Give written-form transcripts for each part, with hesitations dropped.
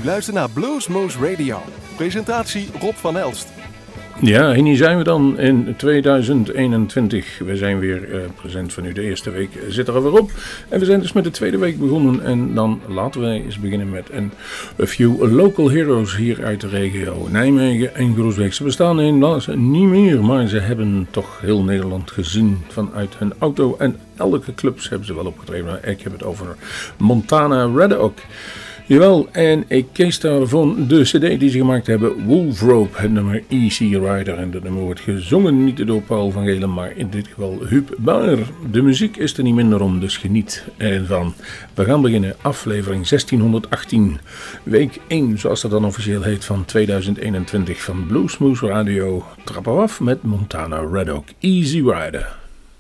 luistert naar Bluesmoose Radio. Presentatie Rob van Elst. Ja, en hier zijn we dan in 2021. We zijn weer present van u. De eerste week zit er alweer op. En we zijn dus met de tweede week begonnen. En dan laten we eens beginnen met een few local heroes hier uit de regio Nijmegen en Groesbeek. Ze bestaan helaas niet meer, maar ze hebben toch heel Nederland gezien vanuit hun auto. En elke clubs hebben ze wel opgetreden. Ik heb het over Montana Red Oak. Jawel, en ik kies daarvan de cd die ze gemaakt hebben, Wolf Rope, het nummer Easy Rider. En dat nummer wordt gezongen niet door Paul van Gelen, maar in dit geval Huub Baer. De muziek is er niet minder om, dus geniet ervan. We gaan beginnen, aflevering 1618, week 1, zoals dat dan officieel heet, van 2021 van Bluesmoose Radio. Trappen we af met Montana Red Oak, Easy Rider.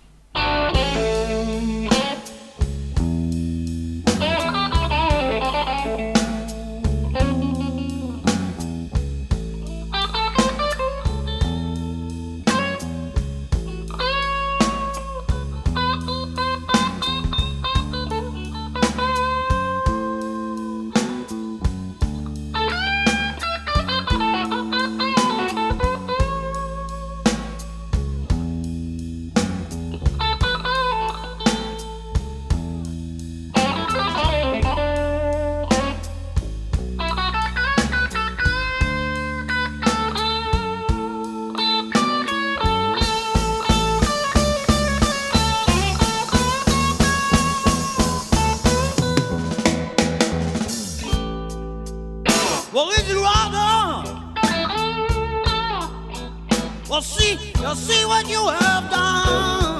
You'll see what you have done.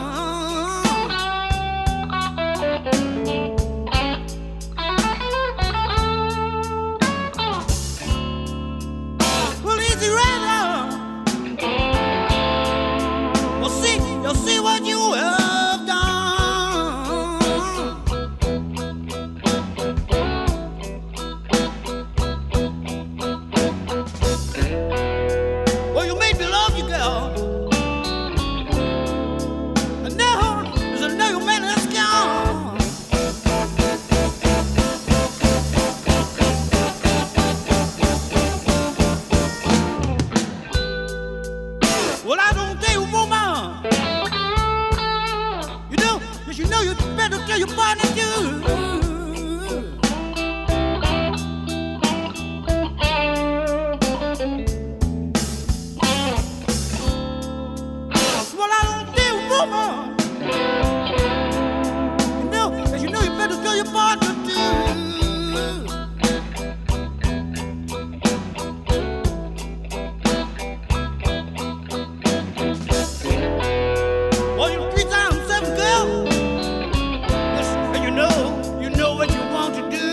Well, easy rider. You'll see what you have done. Well, you made me love you, girl. Your partner do. Well, I don't deal with woman. You know you better tell your partner do. Well, you 3 times 7, girl. You know what you want to do.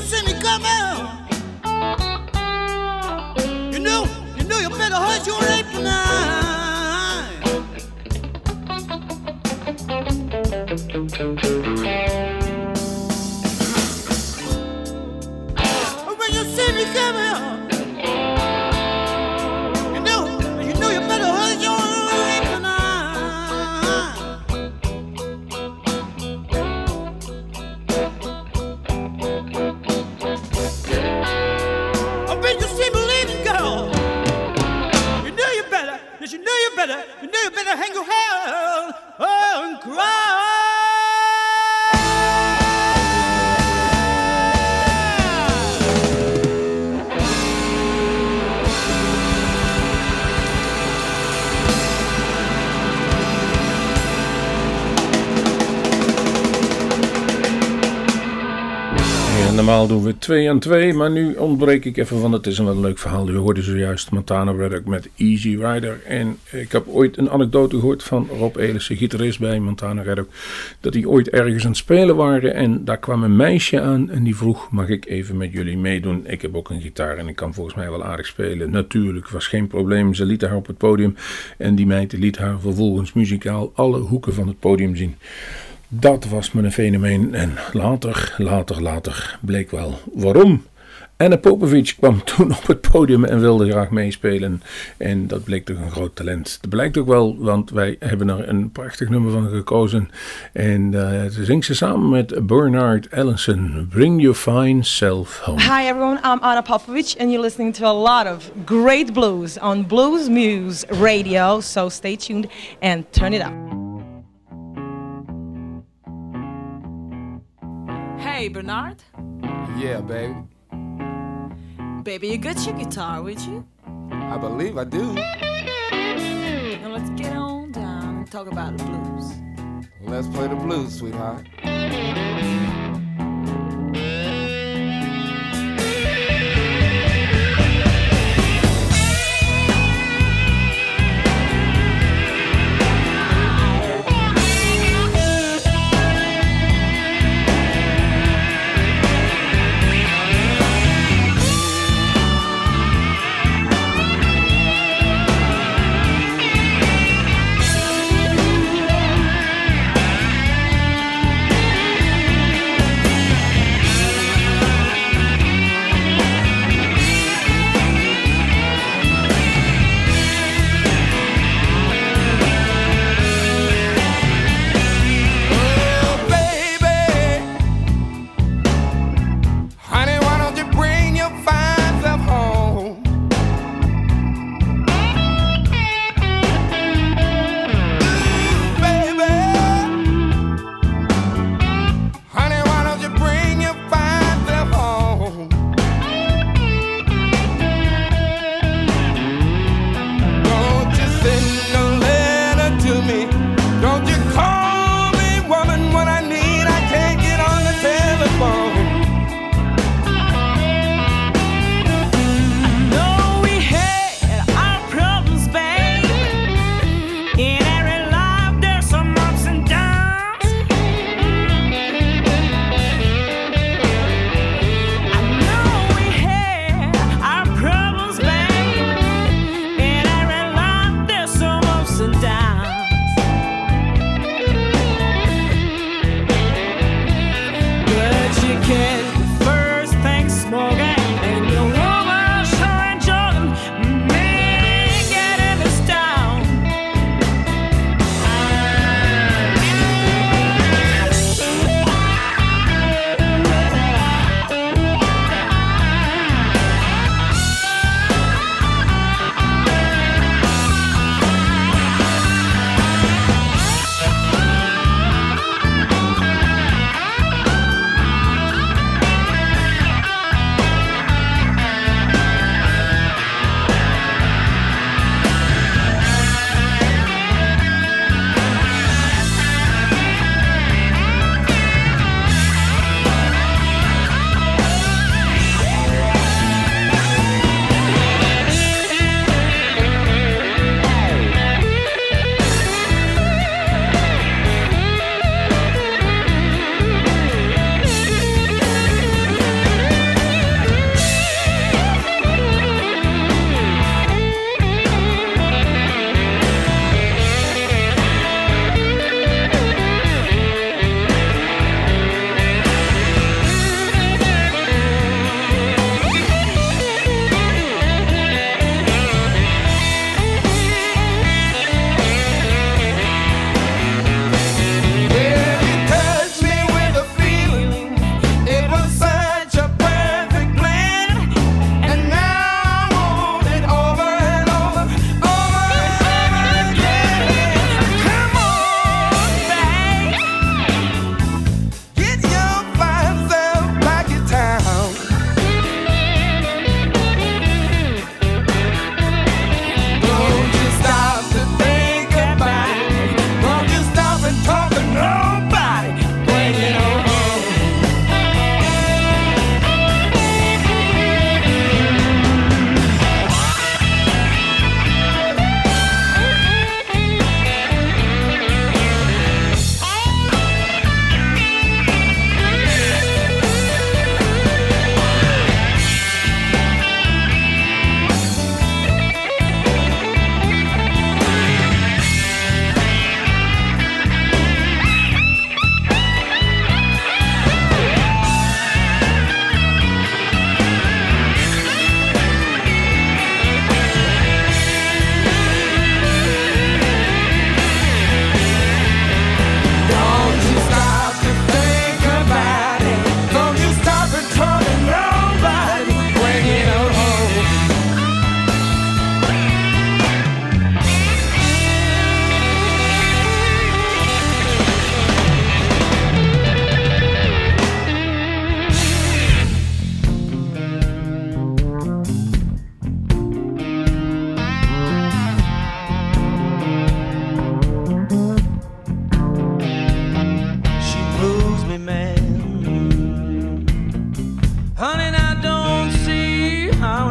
see me coming, you know you better hush your rape tonight. When you see me coming, you know you better hush your rape tonight. When you see me leaving, girl, you know you better hang your head and cry. Normaal doen we 2 aan 2, maar nu ontbreek ik even van. Het is een wel leuk verhaal. U hoorde zojuist Montana Reddock met Easy Rider. En ik heb ooit een anekdote gehoord van Rob Elissen, gitarist bij Montana Reddock, dat die ooit ergens aan het spelen waren en daar kwam een meisje aan en die vroeg: mag ik even met jullie meedoen? Ik heb ook een gitaar en ik kan volgens mij wel aardig spelen. Natuurlijk, was geen probleem. Ze lieten haar op het podium en die meid liet haar vervolgens muzikaal alle hoeken van het podium zien. Dat was me een fenomeen en later bleek wel waarom. Anna Popovic kwam toen op het podium en wilde graag meespelen. En dat bleek toch een groot talent. Dat blijkt ook wel, want wij hebben er een prachtig nummer van gekozen. En ze zingt ze samen met Bernard Ellenson. Bring your fine self home. Hi everyone, I'm Anna Popovic and you're listening to a lot of great blues on Blues Muse Radio. So stay tuned and turn it up. Hey, Bernard. Yeah, babe. Baby, you got your guitar with you? I believe I do. Now let's get on down and talk about the blues. Well, let's play the blues, sweetheart.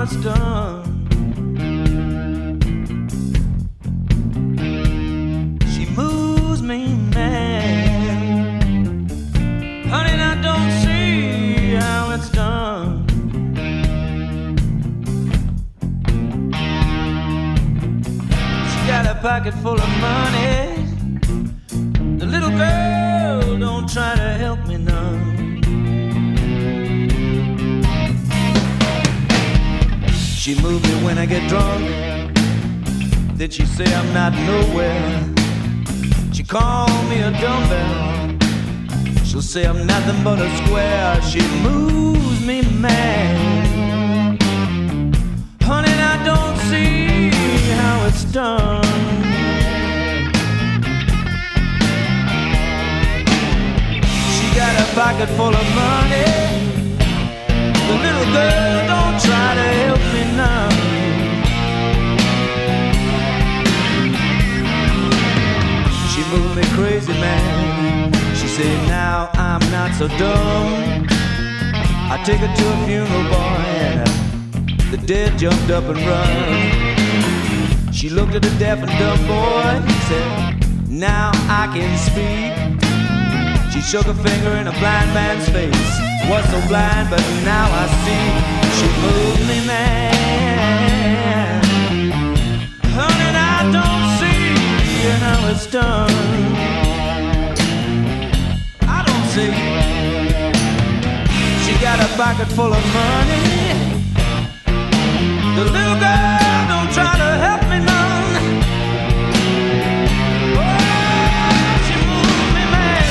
it's done. She moves me mad. Honey, I don't see how it's done. She got a pocket full of money. The little girl don't try to help me none. She moves me when I get drunk. Then she say I'm not nowhere. She call me a dumbbell. She'll say I'm nothing but a square. She moves me mad. Honey, I don't see how it's done. She got a pocket full of money. The little girl don't try to help me now. She moved me crazy, man. She said, now I'm not so dumb. I take her to a funeral, boy, and the dead jumped up and run. She looked at the deaf and dumb boy and said, now I can speak. She shook a finger in a blind man's face. Was so blind, but now I see. She moved me, man. Honey, I don't see how it's done. I don't see. She got a pocket full of money. The little girl don't try to help me none. Oh, she moved me, man.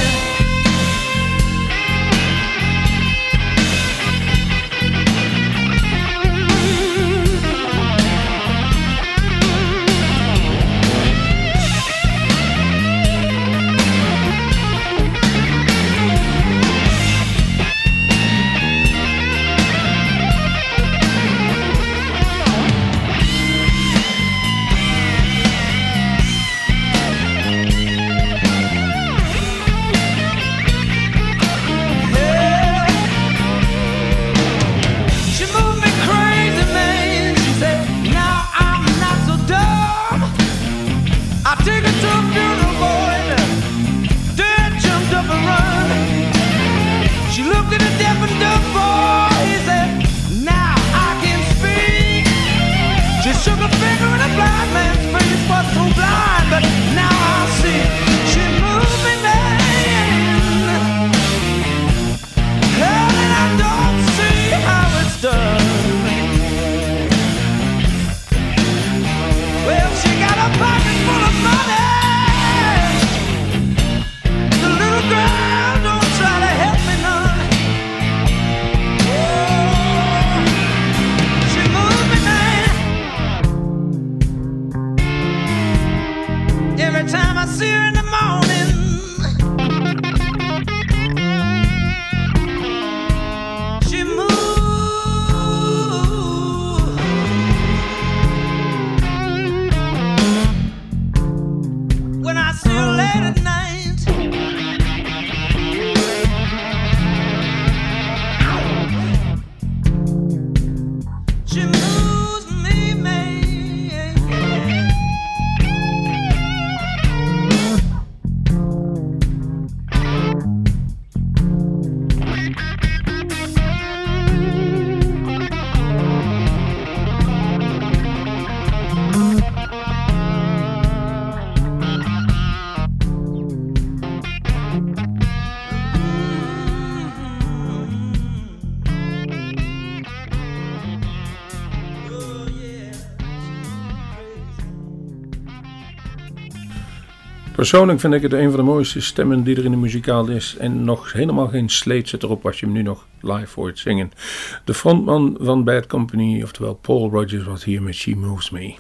Persoonlijk vind ik het een van de mooiste stemmen die er in de muzikaal is. En nog helemaal geen sleet zit erop als je hem nu nog live hoort zingen. De frontman van Bad Company, oftewel Paul Rodgers, was hier met She Moves Me.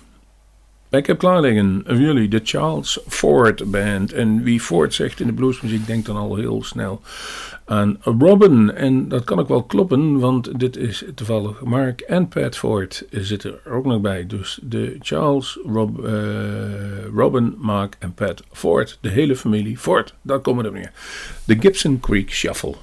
Ik heb klaar liggen voor jullie de Charles Ford Band. En wie Ford zegt in de bluesmuziek denkt dan al heel snel aan Robin. En dat kan ook wel kloppen, want dit is toevallig Mark en Pat Ford zitten er ook nog bij. Dus de Charles, Robin, Mark en Pat Ford. De hele familie Ford, daar komen we er meer. De Gibson Creek Shuffle.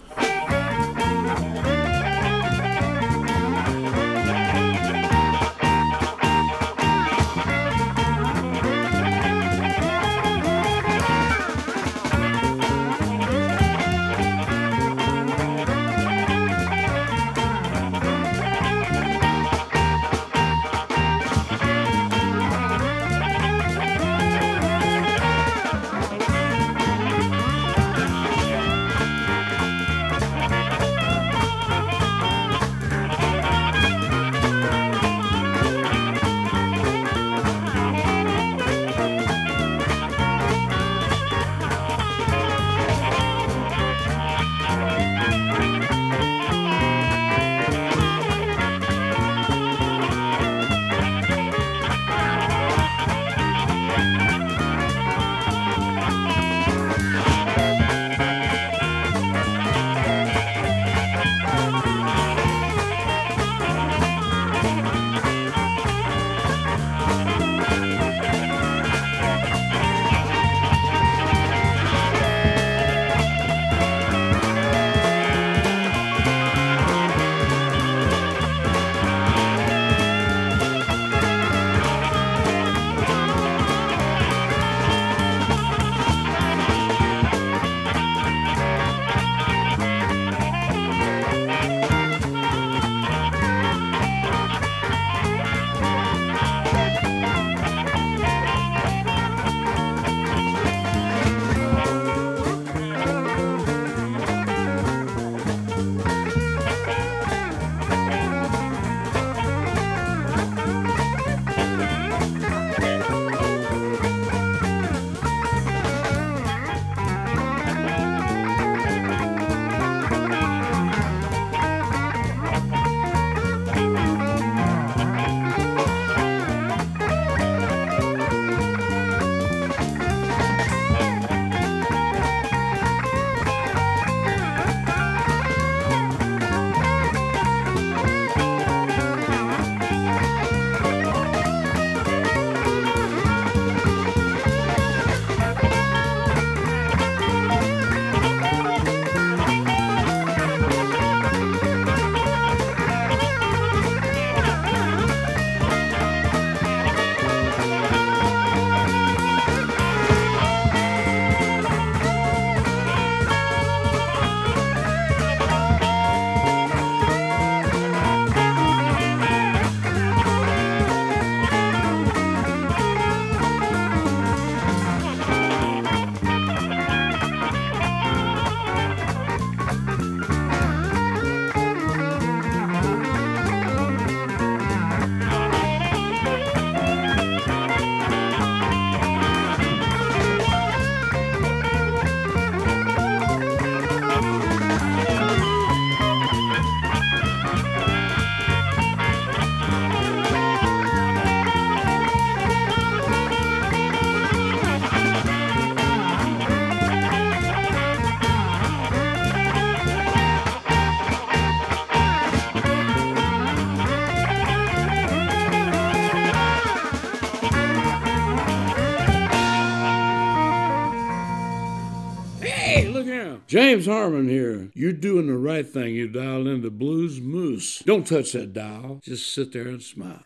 James Harmon here. You're doing the right thing. You dialed into Blues Moose. Don't touch that dial. Just sit there and smile.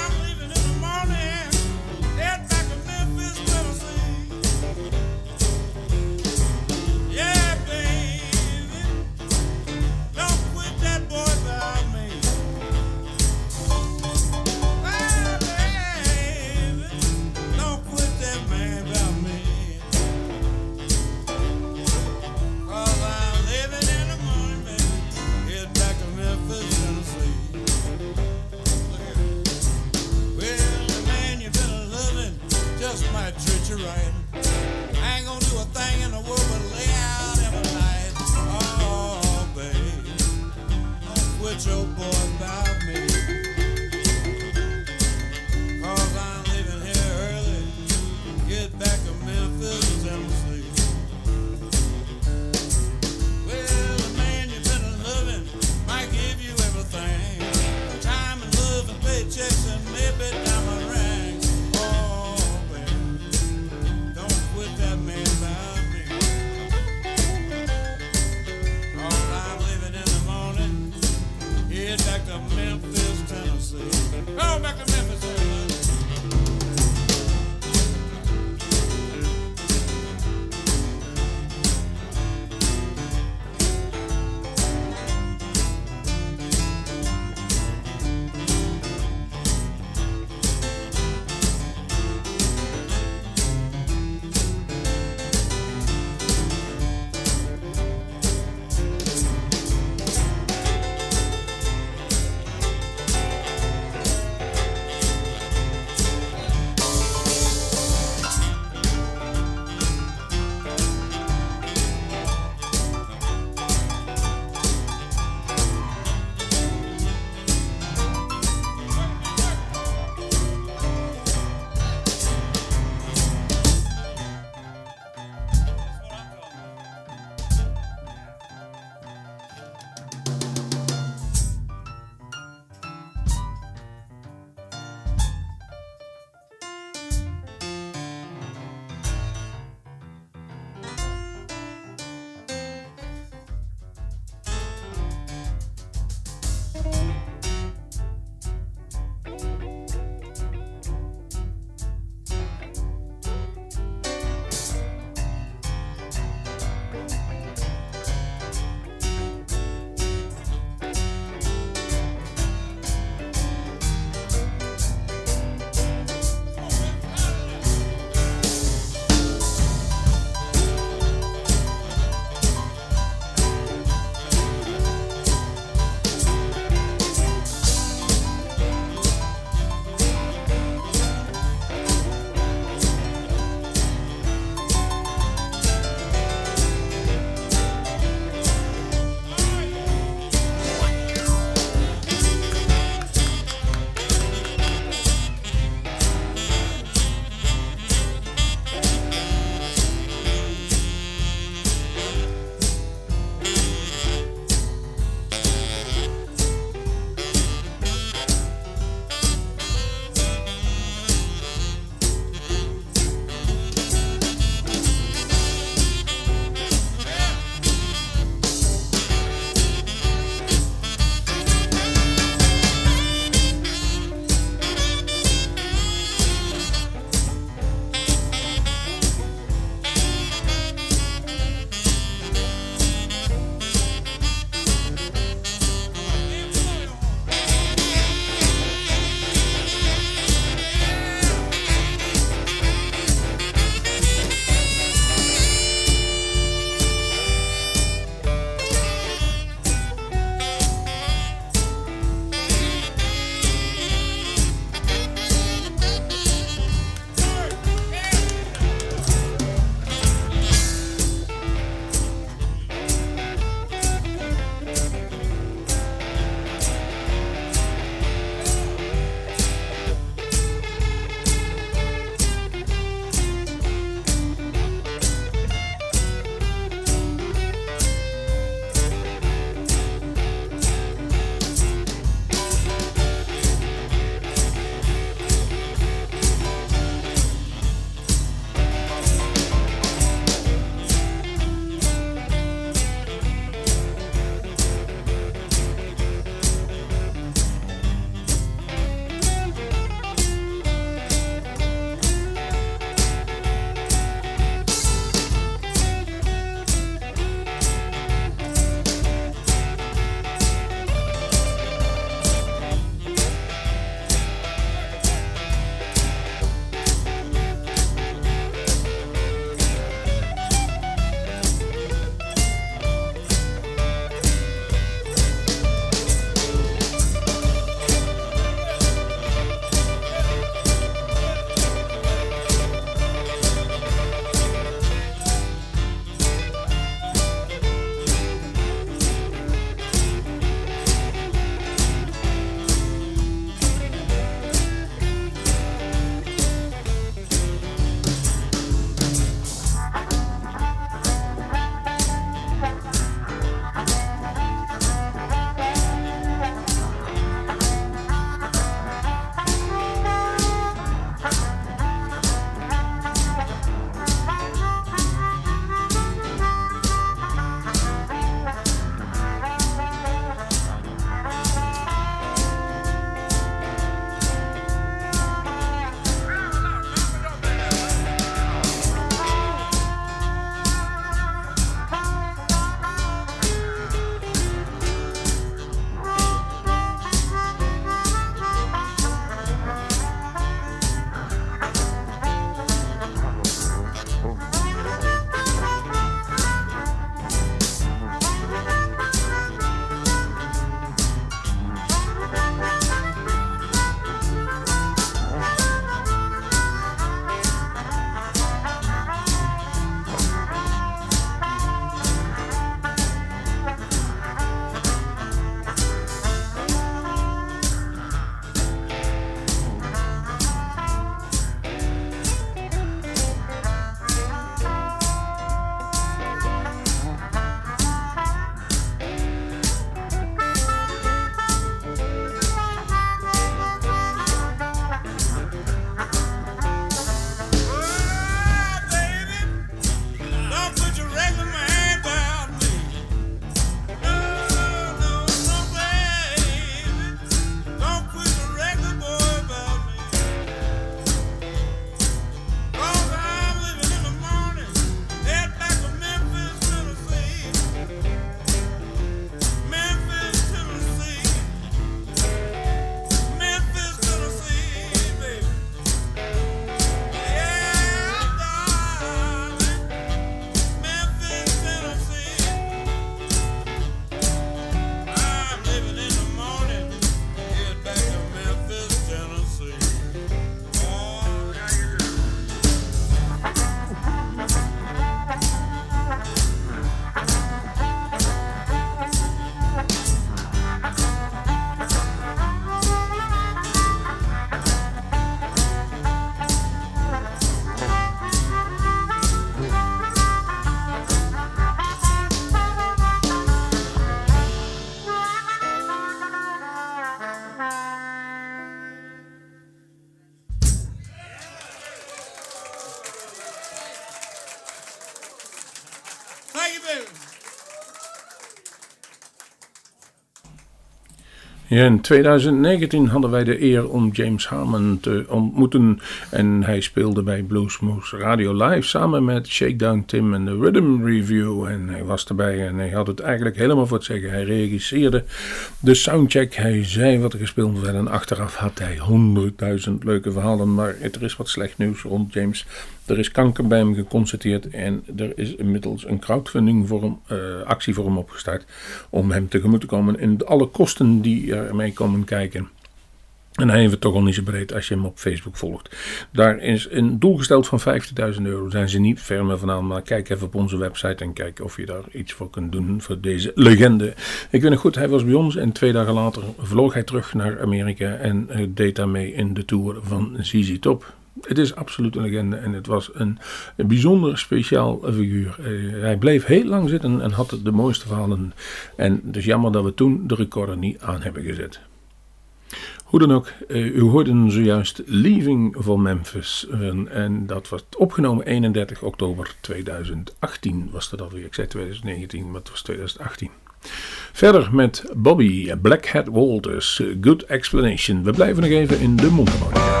Ja, in 2019 hadden wij de eer om James Harmon te ontmoeten en hij speelde bij Bluesmoose Radio Live samen met Shakedown Tim en de Rhythm Review en hij was erbij en hij had het eigenlijk helemaal voor het zeggen. Hij regisseerde de soundcheck, hij zei wat er gespeeld werd en achteraf had hij 100.000 leuke verhalen, maar er is wat slecht nieuws rond James. Er is kanker bij hem geconstateerd en er is inmiddels een crowdfunding voor hem, actie voor hem opgestart om hem tegemoet te komen in alle kosten die ermee komen kijken. En hij heeft het toch al niet zo breed als je hem op Facebook volgt. Daar is een doel gesteld van €50.000. Daar zijn ze niet ver meer vandaan, maar kijk even op onze website en kijk of je daar iets voor kunt doen voor deze legende. Ik weet nog goed, hij was bij ons en 2 dagen later vloog hij terug naar Amerika en deed daarmee in de tour van ZZ Top. Het is absoluut een legende en het was een bijzonder speciaal figuur. Hij bleef heel lang zitten en had de mooiste verhalen. En het is jammer dat we toen de recorder niet aan hebben gezet. Hoe dan ook, u hoorde zojuist Leaving for Memphis. En dat was opgenomen 31 oktober 2018 was dat alweer. Ik zei 2019, maar het was 2018. Verder met Bobby Blackhead Walters, Good Explanation. We blijven nog even in de mondharmonica.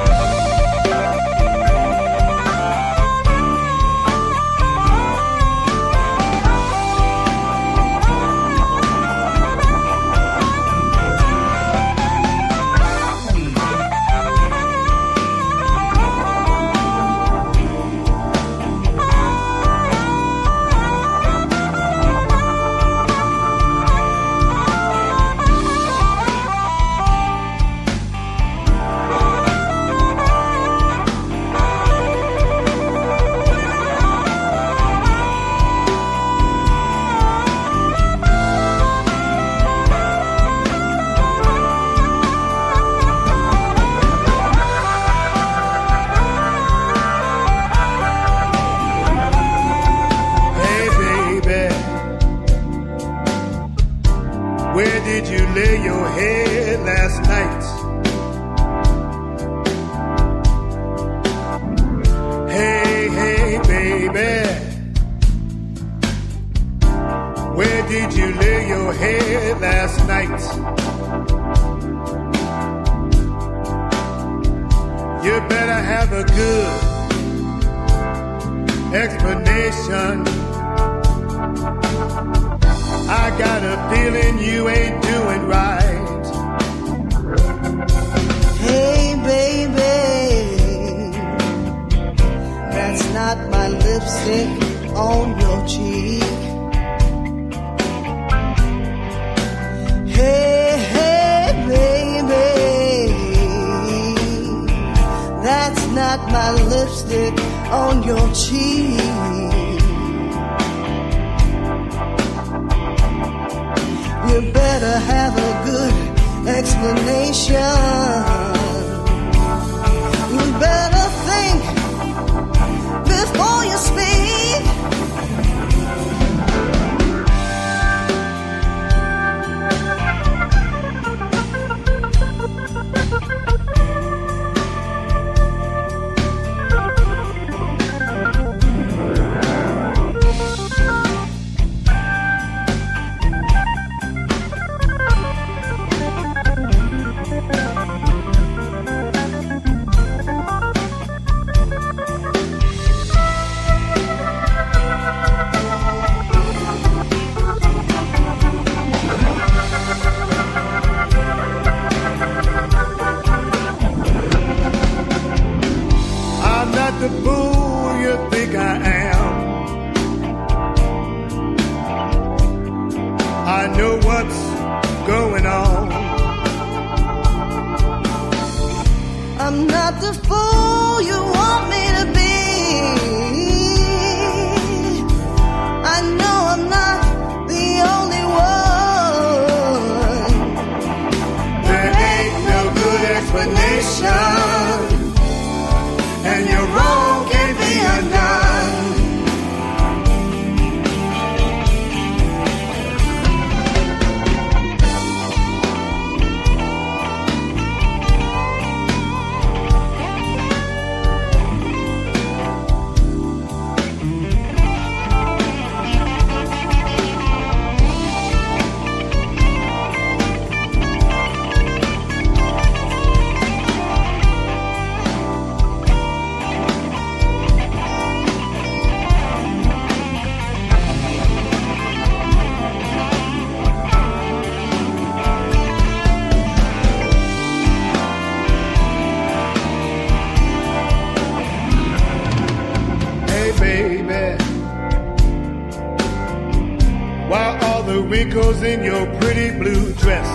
the wrinkles in your pretty blue dress.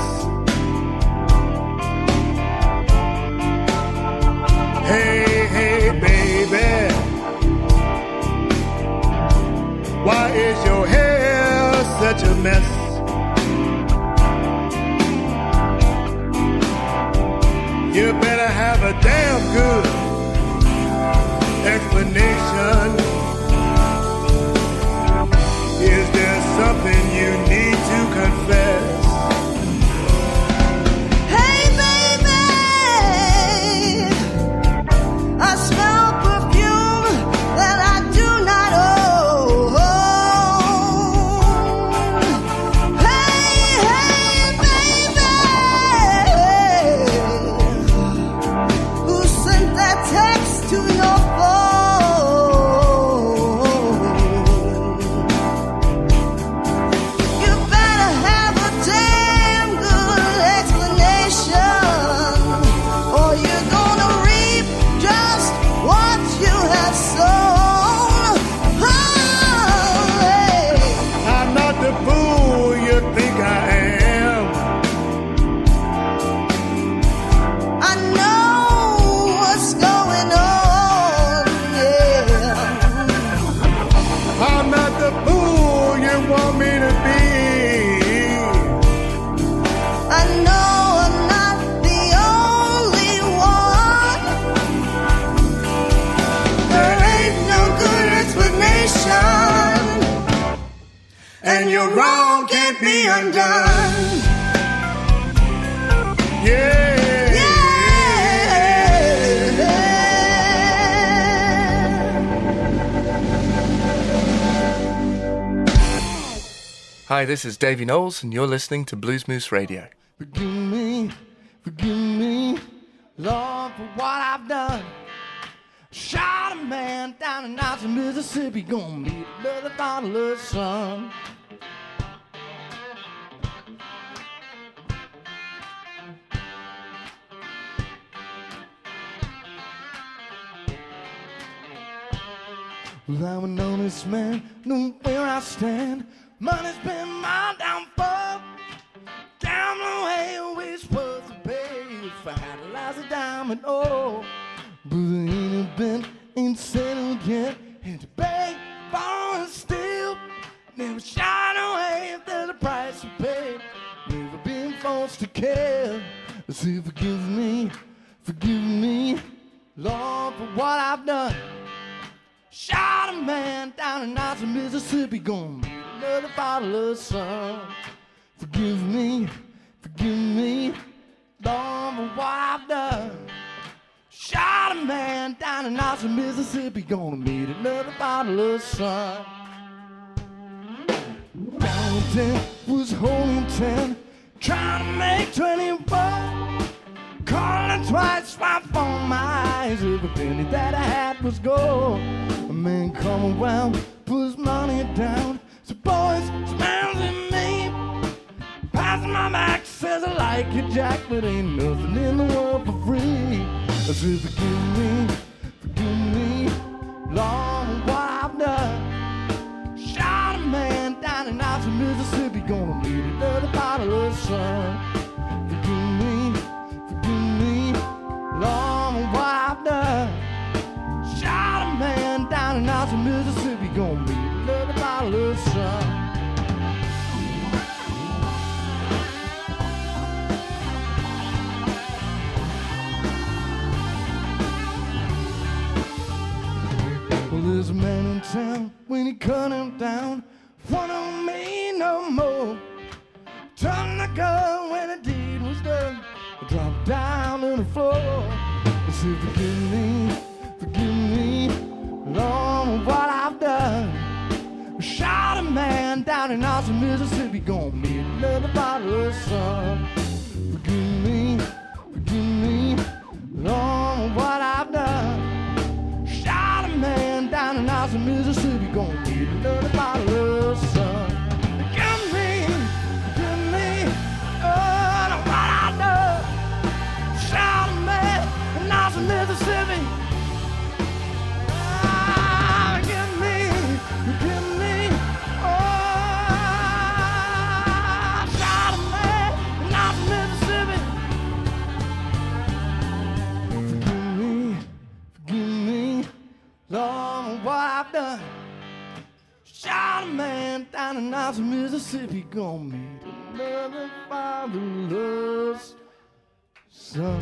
Hey, hey, baby, why is your hair such a mess? You better have a damn good explanation. Is there something you need to confess? Hey baby, I smell perfume that I do not own. Hey, hey baby, who sent that text to your and your wrong can't be undone. Yeah, yeah. Hi, this is Davey Knowles, and you're listening to Blues Moose Radio. Forgive me, Lord, for what I've done. Shot a man down in Austin, Mississippi, gonna meet another fatherless son. Well, I'm an honest man, know where I stand. Money's been my downfall. Down the way we supposed to pay if I had a lousy diamond, oh. But the event ain't settled yet. And to beg, borrow, and steal never shine away if there's a price to pay. Never been forced to care. So forgive me, Lord, for what I've done. Shot a man down in Austin, Mississippi, gonna meet another fatherless son. Forgive me, Lord, for what I've done. Shot a man down in Austin, Mississippi, gonna meet another fatherless son. Down 10 was holding 10, trying to make 21. Calling twice, my phone, my eyes, every penny that I had was gold. A man come around, put his money down, so boys, smiles at me. Passing my back, says I like you, Jack, but ain't nothing in the world for free. I said, forgive me, Lord, what I've done. Shot a man down in Austin, Mississippi, gonna meet another fatherless son. Forgive me, Lord, what I've done. Shot a man down in Austin, Mississippi, gonna meet another fatherless son. There's a man in town, when he cut him down, one on me no more. Turned the gun when the deed was done, I dropped down to the floor. I said, forgive me, Lord, what I've done. I shot a man down in Austin, Mississippi, gonna meet another fatherless son. Forgive me, Lord, what I've done. Shot a man down in Austin, Mississippi, gonna meet another fatherless son. Forgive me, oh, what I done. Shot a man in Austin, Mississippi. Forgive me, oh. got a man down in Knoxville, Mississippi, gonna meet another fatherless son.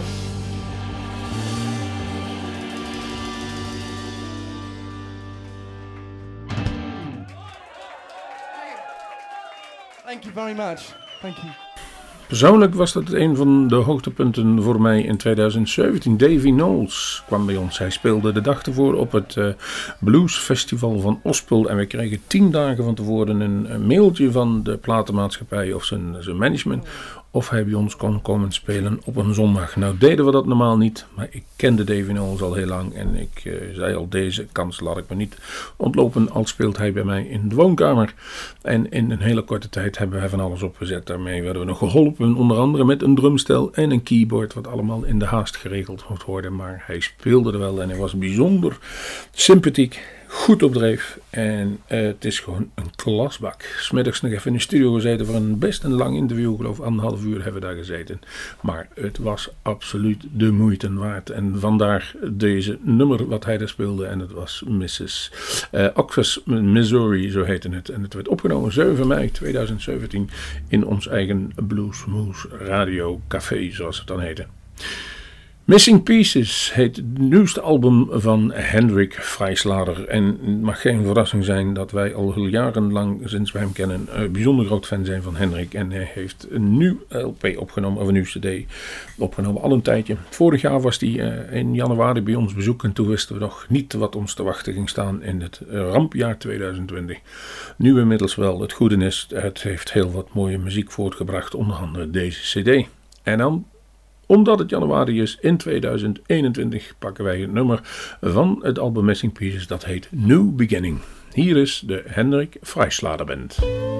Thank you very much. Thank you. Persoonlijk was dat een van de hoogtepunten voor mij in 2017. Davy Knowles kwam bij ons. Hij speelde de dag ervoor op het Bluesfestival van Ospel. En we kregen 10 dagen van tevoren een mailtje van de platenmaatschappij of zijn management of hij bij ons kon komen spelen op een zondag. Nou deden we dat normaal niet, maar ik kende Davy Knowles al heel lang en ik zei al, deze kans laat ik me niet ontlopen, al speelt hij bij mij in de woonkamer. En in een hele korte tijd hebben wij van alles opgezet. Daarmee werden we nog geholpen, onder andere met een drumstel en een keyboard, wat allemaal in de haast geregeld moest worden. Maar hij speelde er wel en hij was bijzonder sympathiek, goed op dreef en het is gewoon een klasbak. 's Middags nog even in de studio gezeten voor een best een lang interview, ik geloof 1,5 uur hebben we daar gezeten. Maar het was absoluut de moeite waard en vandaar deze nummer wat hij daar speelde en het was Mrs. Oxford, Missouri, zo heette het. En het werd opgenomen 7 mei 2017 in ons eigen Bluesmoose Radio Café, zoals het dan heette. Missing Pieces heet het nieuwste album van Hendrik Vrijslader. En het mag geen verrassing zijn dat wij al jarenlang, sinds wij hem kennen, een bijzonder groot fan zijn van Hendrik. En hij heeft een nieuw LP opgenomen, of een nieuw CD opgenomen, al een tijdje. Vorig jaar was hij in januari bij ons bezoek en toen wisten we nog niet wat ons te wachten ging staan in het rampjaar 2020. Nu inmiddels wel. Het goede is, het heeft heel wat mooie muziek voortgebracht, onder andere deze CD. En dan, omdat het januari is in 2021, pakken wij het nummer van het album Missing Pieces, dat heet New Beginning. Hier is de Hendrik Vrijslader Band.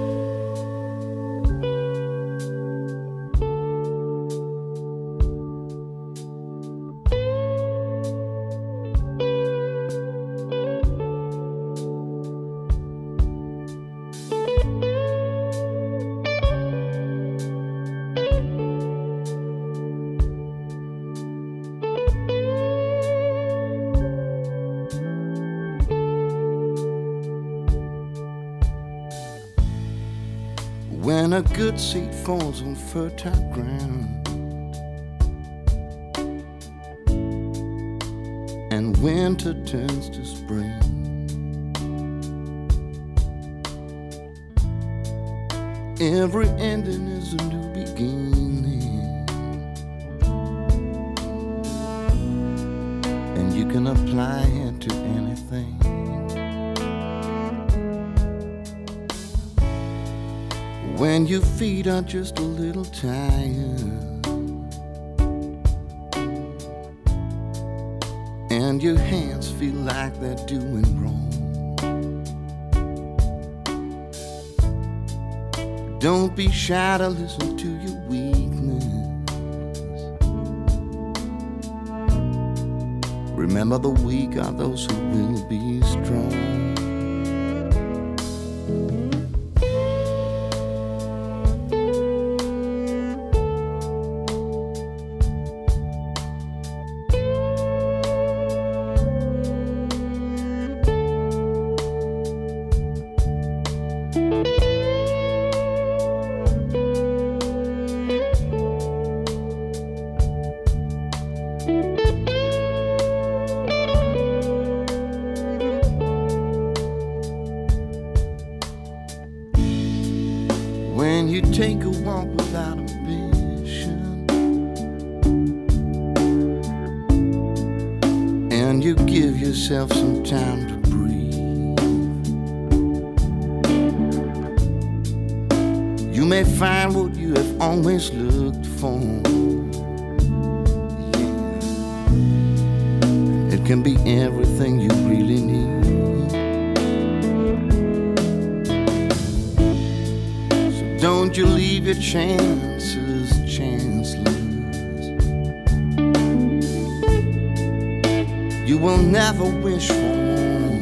When a good seed falls on fertile ground and winter turns to spring, every ending is a new beginning, and you can apply it to anything. When your feet are just a little tired and your hands feel like they're doing wrong, don't be shy to listen to your weakness. Remember, the weak are those who will be strong. When you take a walk without ambition and you give yourself some time to breathe, you may find what you have always looked for. Yeah. It can be everything you really need. Don't you leave your chances chanceless. You will never wish for more.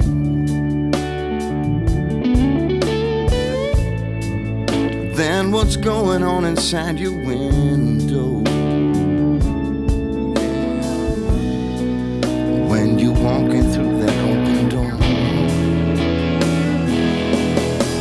Than what's going on inside your window. Yeah. When you're walking through that open door.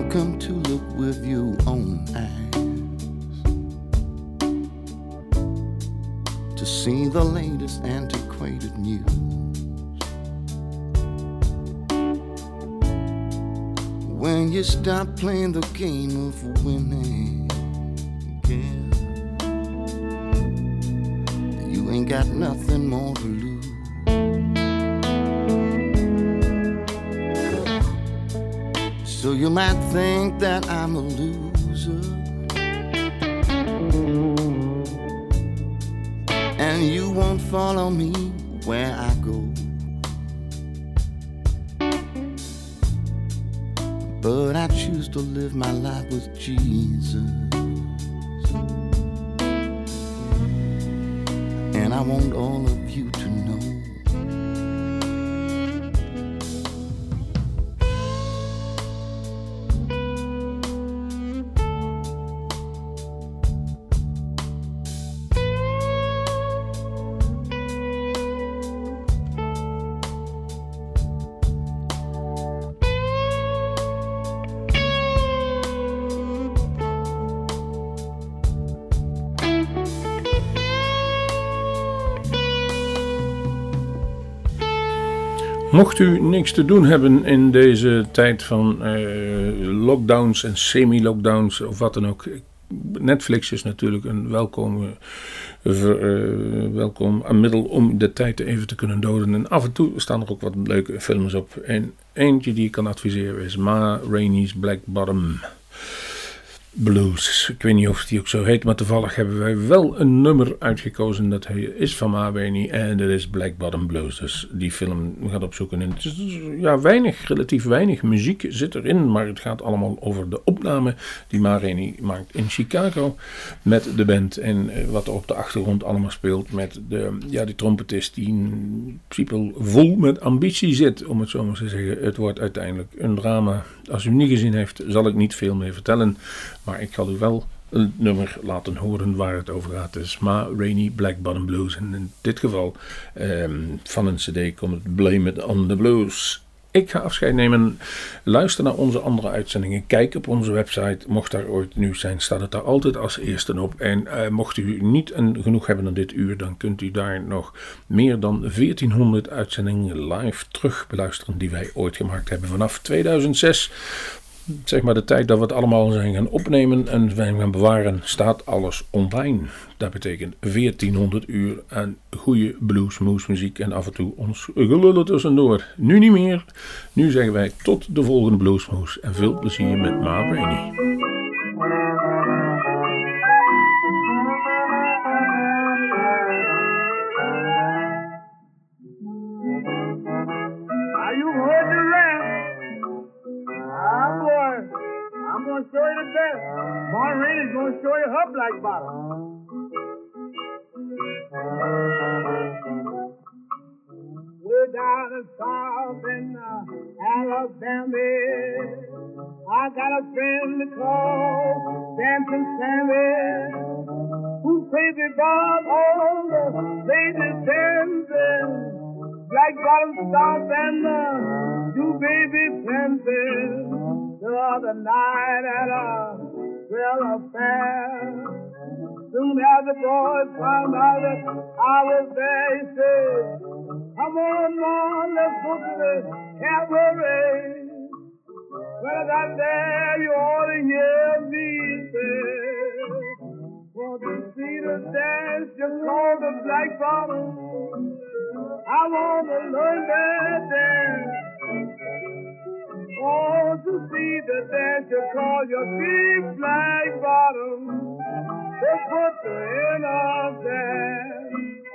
welcome to look with your own eyes to see the latest antiquated news. When you stop playing the game of winning, yeah, you ain't got nothing more to lose. So you might think that I'm a loser, and you won't follow me where I go. But I choose to live my life with Jesus, and I want all of you to know. Mocht u niks te doen hebben in deze tijd van lockdowns en semi-lockdowns of wat dan ook. Netflix is natuurlijk een welkom middel om de tijd even te kunnen doden. En af en toe staan er ook wat leuke films op. En eentje die ik kan adviseren is Ma Rainey's Black Bottom Blues. Ik weet niet of die ook zo heet, maar toevallig hebben wij wel een nummer uitgekozen. Dat is van Ma Rainey en dat is Black Bottom Blues. Dus die film gaat opzoeken. En het is ja, relatief weinig muziek zit erin, maar het gaat allemaal over de opname die Ma Rainey maakt in Chicago met de band. En wat er op de achtergrond allemaal speelt met die trompetist die in principe vol met ambitie zit, om het zo maar te zeggen. Het wordt uiteindelijk een drama. Als u niet gezien heeft, zal ik niet veel meer vertellen. Maar ik zal u wel een nummer laten horen waar het over gaat. Het is Ma Rainey Black Bottom Blues. En in dit geval van een cd komt het Blame It on the Blues. Ik ga afscheid nemen. Luister naar onze andere uitzendingen. Kijk op onze website. Mocht daar ooit nieuws zijn, staat het daar altijd als eerste op. En mocht u niet genoeg hebben aan dit uur, dan kunt u daar nog meer dan 1400 uitzendingen live terug beluisteren die wij ooit gemaakt hebben vanaf 2006. Zeg maar de tijd dat we het allemaal zijn gaan opnemen en gaan bewaren, staat alles online. Dat betekent 1400 uur aan goede bluesmuziek en af en toe ons gelullen tussendoor. Nu niet meer. Nu zeggen wij tot de volgende bluesmoes en veel plezier met Ma Rainey. Show you the best. Ma Rainey's gonna show you her black bottom. Way down in South in Alabama, I got a friend called Dancing Sammy, who's crazy about all the ladies dancing, black bottom stomp and do baby dancing. The other night at a real affair, soon as the boys found out that I was there, he said, come on, Mom, let's go to the cabaret. When I got there, you ought to hear me say, for to see the dance you call the black bottom, I want to learn that dance. Oh, to see the dance you call your big black bottom, they put the end of that.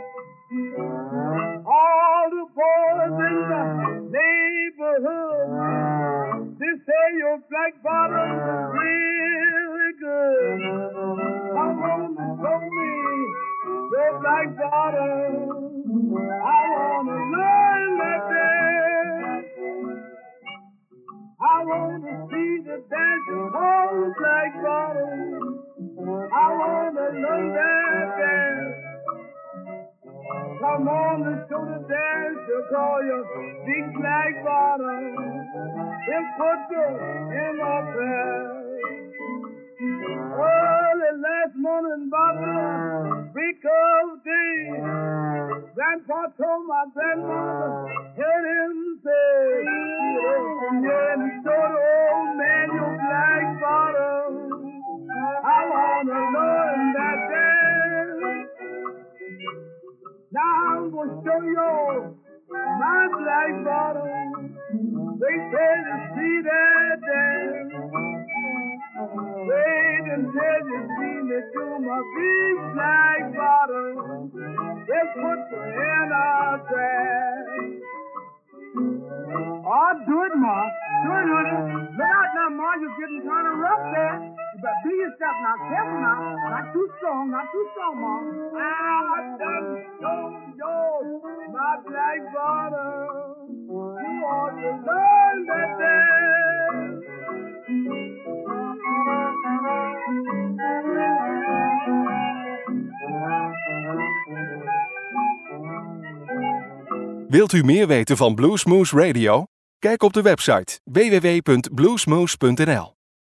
All the boys in the neighborhood, they say your black bottom is really good. Come on and show me your black bottom, I want to learn that dance. I want to see the dance you call the black bottom, I want to learn that dance. Come on and show the dance you call your big black bottom. It put you in my bed. Early last morning, about the break of day, Grandpa told my grandmother, heard him say, yeah, and so the old man, you black bottom, I wanna learn that dance. Now I'm gonna show you my black bottom. They can't see that dance. Wait until you see me do my big black bottom. They put you in a trance. Oh, do it, Ma. Do it, honey. Look out now, Ma. You're getting kind of rough there. You better be yourself now. Careful now. Not too strong, Ma. I done showed yours my black bottom. You ought to learn that dance. Wilt u meer weten van Bluesmoose Radio? Kijk op de website www.bluesmoose.nl.